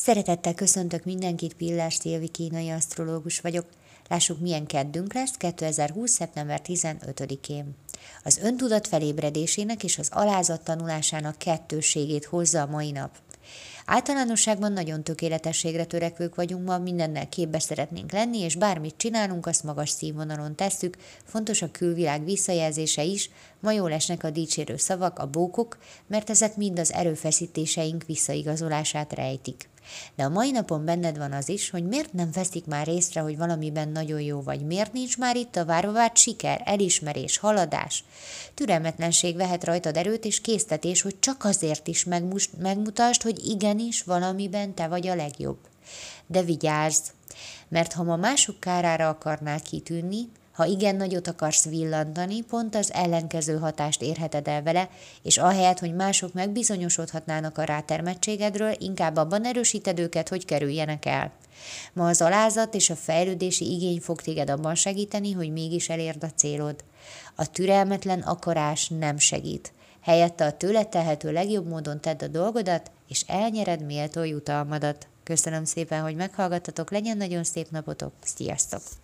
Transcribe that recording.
Szeretettel köszöntök mindenkit, Pillás Szilvi kínai asztrológus vagyok. Lássuk, milyen keddünk lesz 2020. szeptember 15-én. Az öntudat felébredésének és az alázat tanulásának kettősségét hozza a mai nap. Általánosságban nagyon tökéletességre törekvők vagyunk ma, mindennel képbe szeretnénk lenni, és bármit csinálunk, azt magas színvonalon tesszük, fontos a külvilág visszajelzése is, ma jól esnek a dicsérő szavak, a bókok, mert ezek mind az erőfeszítéseink visszaigazolását rejtik. De a mai napon benned van az is, hogy miért nem veszik már észre, hogy valamiben nagyon jó vagy, miért nincs már itt a várva várt siker, elismerés, haladás. Türelmetlenség vehet rajtad erőt és késztetés, hogy csak azért is megmutasd, hogy igenis valamiben te vagy a legjobb. De vigyázz, mert ha ma mások kárára akarnál kitűnni, ha igen nagyot akarsz villantani, pont az ellenkező hatást érheted el vele, és ahelyett, hogy mások megbizonyosodhatnának a rátermettségedről, inkább abban erősíted őket, hogy kerüljenek el. Ma az alázat és a fejlődési igény fog téged abban segíteni, hogy mégis elérd a célod. A türelmetlen akarás nem segít. Helyette a tőled telhető legjobb módon tedd a dolgodat, és elnyered méltó jutalmadat. Köszönöm szépen, hogy meghallgattatok, legyen nagyon szép napotok, sziasztok!